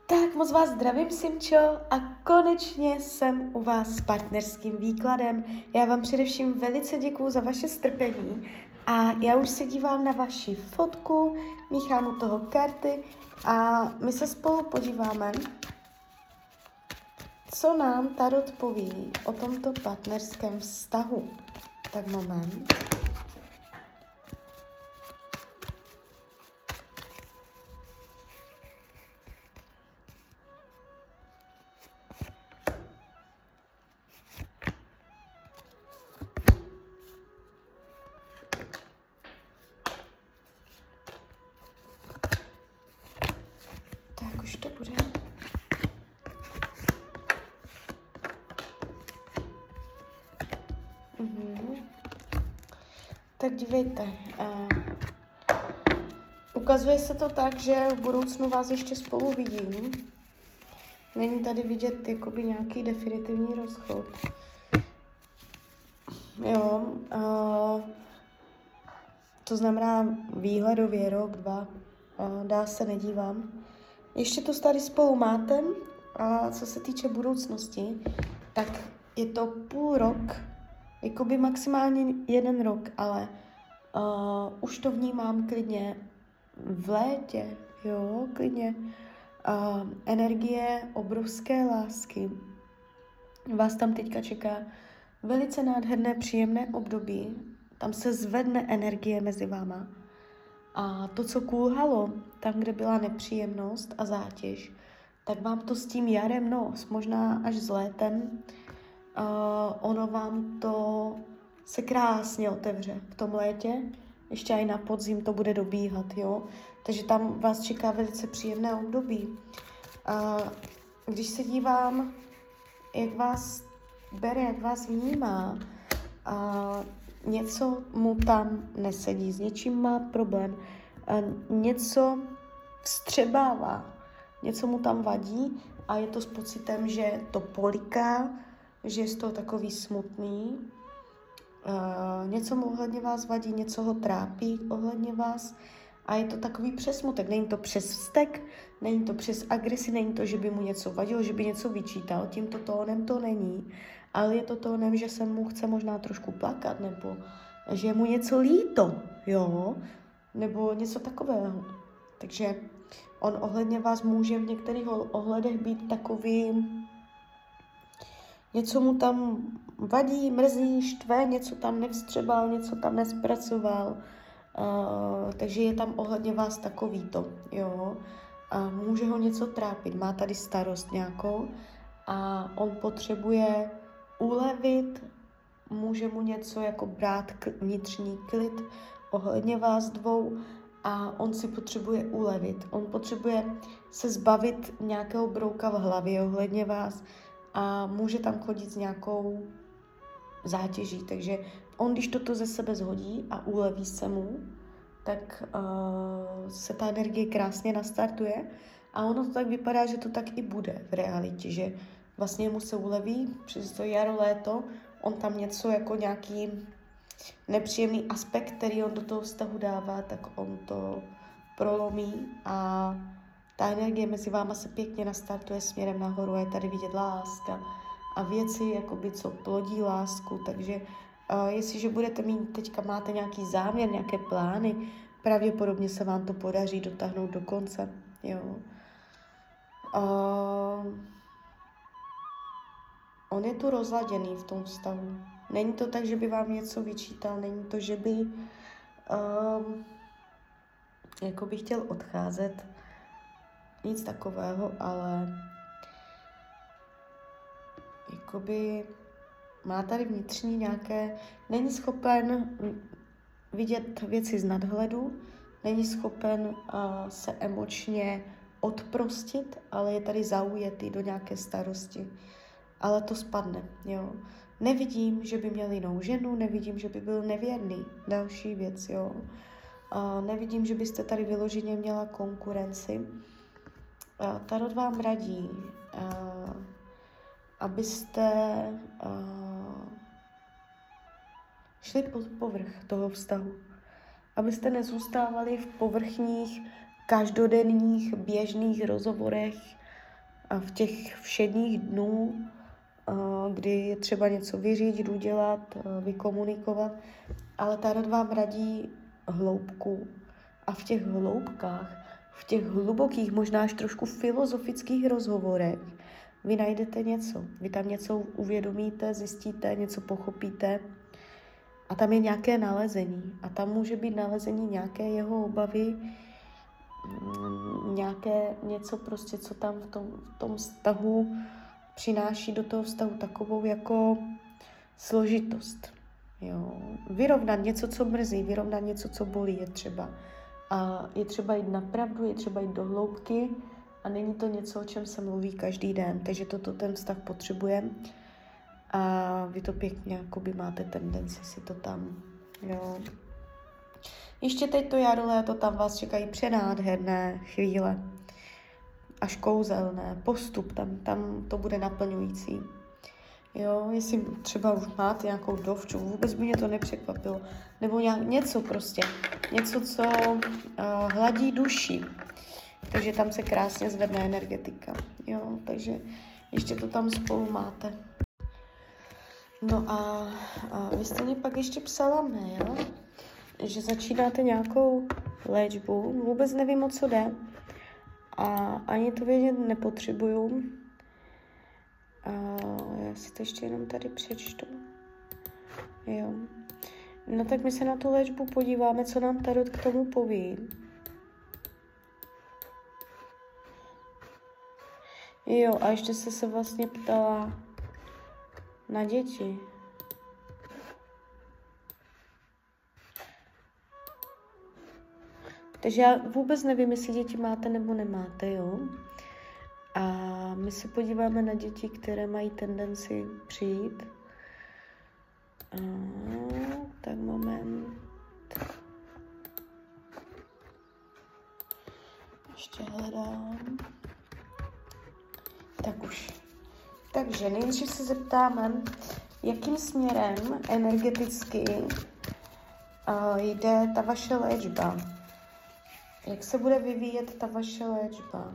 Tak moc vás zdravím, Simčo, a konečně jsem u vás s partnerským výkladem. Já vám především velice děkuju za vaše strpení a já už se dívám na vaši fotku, míchám u toho karty a my se spolu podíváme, co nám tarot poví o tomto partnerském vztahu. Tak moment. Tak už to bude. Tak dívejte, ukazuje se to tak, že v budoucnu vás ještě spolu vidím. Není tady vidět jakoby nějaký definitivní rozchod. Jo, to znamená výhledově rok, 2, dál se nedívám. Ještě to tady spolu máte a co se týče budoucnosti, tak je to půl rok, jakoby maximálně 1 rok, ale už to vnímám klidně v létě, jo, klidně. Energie obrovské lásky. Vás tam teďka čeká velice nádherné, příjemné období. Tam se zvedne energie mezi váma. A to, co kulhalo, tam, kde byla nepříjemnost a zátěž, tak vám to s tím jarem, možná až s létem, ono vám to se krásně otevře v tom létě, ještě i na podzim to bude dobíhat, jo. Takže tam vás čeká velice příjemné období. Když se dívám, jak vás bere, jak vás vnímá, něco mu tam nesedí, s něčím má problém, něco vstřebává, něco mu tam vadí a je to s pocitem, že to poliká, že je z toho takový smutný, něco mu ohledně vás vadí, něco ho trápí ohledně vás a je to takový přesmutek. Není to přes vztek, není to přes agresi, není to, že by mu něco vadilo, že by něco vyčítal, tímto tónem to není, ale je to tónem, že se mu chce možná trošku plakat, nebo že je mu něco líto, jo, nebo něco takového. Takže on ohledně vás může v některých ohledech být takový, něco mu tam vadí, mrzí, štve, něco tam nevstřebal, něco tam nespracoval, takže je tam ohledně vás takovýto, jo. Může ho něco trápit, má tady starost nějakou a on potřebuje ulevit, může mu něco jako brát vnitřní klid ohledně vás dvou a on si potřebuje ulevit. On potřebuje se zbavit nějakého brouka v hlavě ohledně vás a může tam chodit s nějakou zátěží. Takže on, když toto ze sebe zhodí a uleví se mu, tak se ta energie krásně nastartuje a ono to tak vypadá, že to tak i bude v realitě, že vlastně mu se uleví přes to jaro, léto, on tam něco jako nějaký nepříjemný aspekt, který on do toho vztahu dává, tak on to prolomí a ta energie mezi váma se pěkně nastartuje směrem nahoru a je tady vidět láska a věci, jakoby, co plodí lásku, takže jestliže budete mít, teďka máte nějaký záměr, nějaké plány, pravděpodobně se vám to podaří dotáhnout do konce, jo. On je tu rozladěný v tom vztahu. Není to tak, že by vám něco vyčítal, není to, že by jako by chtěl odcházet, nic takového, ale jakoby má tady vnitřní nějaké, není schopen vidět věci z nadhledu, není schopen se emočně odprostit, ale je tady zaujetý do nějaké starosti. Ale to spadne, jo. Nevidím, že by měl jinou ženu, nevidím, že by byl nevěrný. Další věc, jo. Nevidím, že byste tady vyloženě měla konkurenci. Tarot vám radí, abyste šli pod povrch toho vztahu. Abyste nezůstávali v povrchních, každodenních, běžných rozhovorech, v těch všedních dnů, kdy je třeba něco vyřídit, udělat, vykomunikovat, ale tarot vám radí hloubku a v těch hloubkách, v těch hlubokých, možná až trošku filozofických rozhovorech vy najdete něco. Vy tam něco uvědomíte, zjistíte, něco pochopíte a tam je nějaké nalezení. A tam může být nalezení nějaké jeho obavy, nějaké něco prostě, co tam v tom vztahu přináší do toho vztahu takovou jako složitost. Jo. Vyrovnat něco, co mrzí, vyrovnat něco, co bolí je třeba. A je třeba jít na pravdu, je třeba jít do hloubky a není to něco, o čem se mluví každý den. Takže toto ten vztah potřebuje a vy to pěkně jakoby máte tendenci si to tam, jo. Ještě teď to jaro, léto, tam vás čekají přenádherné chvíle, až kouzelné, postup, tam to bude naplňující. Jo, jestli třeba už máte nějakou dovču, vůbec by mě to nepřekvapilo. Nebo něco prostě, něco, co hladí duši. Takže tam se krásně zvedne energetika. Jo, takže ještě to tam spolu máte. No a vy jste mi pak ještě psala mail, že začínáte nějakou léčbu, vůbec nevím, o co jde. A ani to vědět nepotřebuju. Já si to ještě jenom tady přečtu. Jo. No tak my se na tu léčbu podíváme, co nám tarot k tomu poví. Jo, a ještě se vlastně ptala na děti. Takže já vůbec nevím, jestli děti máte nebo nemáte, jo. A my se podíváme na děti, které mají tendenci přijít. Tak moment. Ještě hledám. Tak už. Takže nejdřív se zeptáme, jakým směrem energeticky jde ta vaše léčba. Jak se bude vyvíjet ta vaše léčba?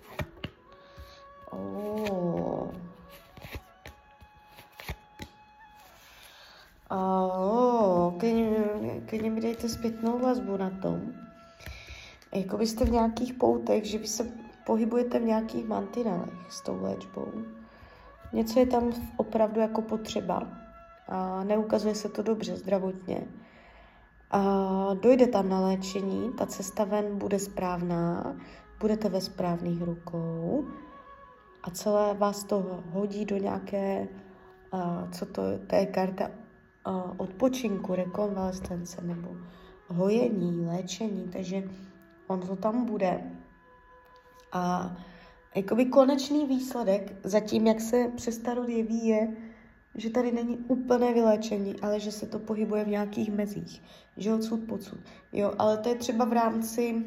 Klidně mi dejte zpětnou vazbu na tom. Jako byste v nějakých poutech, že vy se pohybujete v nějakých mantinelech s tou léčbou. Něco je tam opravdu jako potřeba. A neukazuje se to dobře zdravotně. A dojde tam na léčení, ta cesta ven bude správná, budete ve správných rukou a celé vás to hodí do nějaké, to je karta odpočinku, rekonvalescence nebo hojení, léčení, takže on to tam bude. A jakoby konečný výsledek, zatím jak se přes tarot jeví, je, že tady není úplné vyléčení, ale že se to pohybuje v nějakých mezích, že odsud pocud. Jo, ale to je třeba v rámci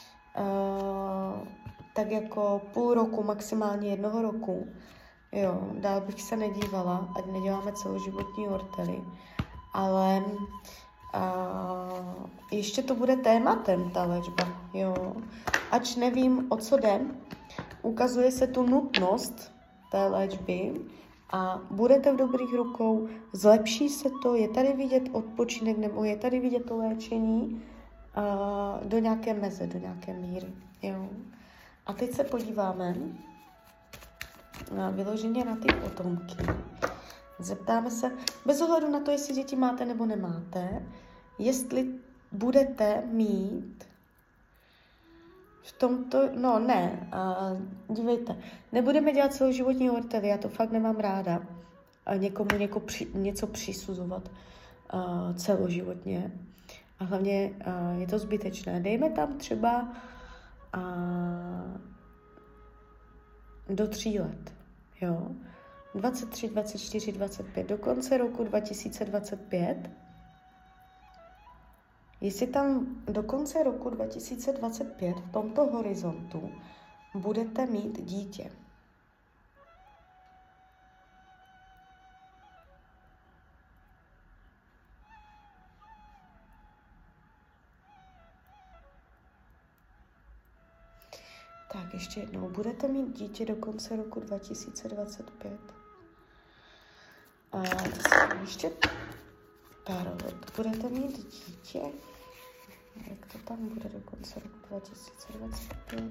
tak jako půl roku, maximálně 1 roku. Jo, dál bych se nedívala, ať neděláme celoživotní ortely, ale ještě to bude tématem, ta léčba, jo. Ač nevím, o co jde, ukazuje se tu nutnost té léčby a budete v dobrých rukou, zlepší se to, je tady vidět odpočinek nebo je tady vidět to léčení do nějaké meze, do nějaké míry, jo. A teď se podíváme vyloženě na ty potomky. Zeptáme se, bez ohledu na to, jestli děti máte nebo nemáte, jestli budete mít v tomto, dívejte, nebudeme dělat celoživotní ortely, já to fakt nemám ráda, někomu něco přisuzovat celoživotně a hlavně je to zbytečné. Dejme tam třeba do 3 let, jo, 23, 24, 25, do konce roku 2025, jestli tam do konce roku 2025 v tomto horizontu budete mít dítě. Tak ještě jednou. Budete mít dítě do konce roku 2025. A to jsem ještě tarot. Budete mít dítě. Jak to tam bude do konce roku 2025?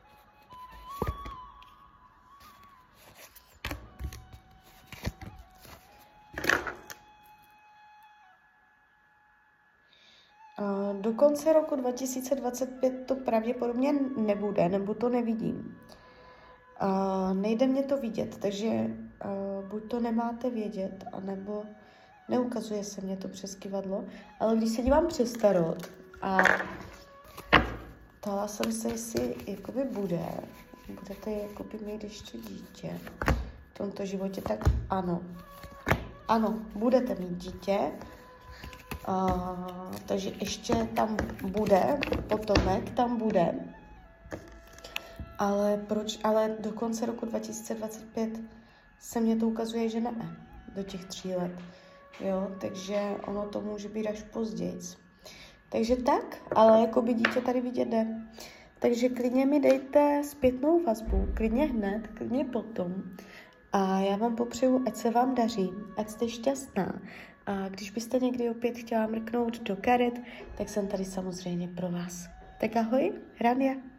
Do konce roku 2025 to pravděpodobně nebude, nebo to nevidím. Nejde mě to vidět, takže buď to nemáte vědět, anebo neukazuje se mě to přes kyvadlo, ale když se dívám přes tarot a ptala jsem se, jestli jakoby budete jakoby mít ještě dítě v tomto životě, tak ano. Ano, budete mít dítě, takže ještě tam bude, potomek tam bude. Ale do konce roku 2025 se mně to ukazuje, že ne, do těch 3 let. Jo, takže ono to může být až později. Takže tak, ale jako by dítě tady vidět jde. Takže klidně mi dejte zpětnou vazbu, klidně hned, klidně potom. A já vám popřeju, ať se vám daří, ať jste šťastná. A když byste někdy opět chtěla mrknout do karet, tak jsem tady samozřejmě pro vás. Tak ahoj, Rania.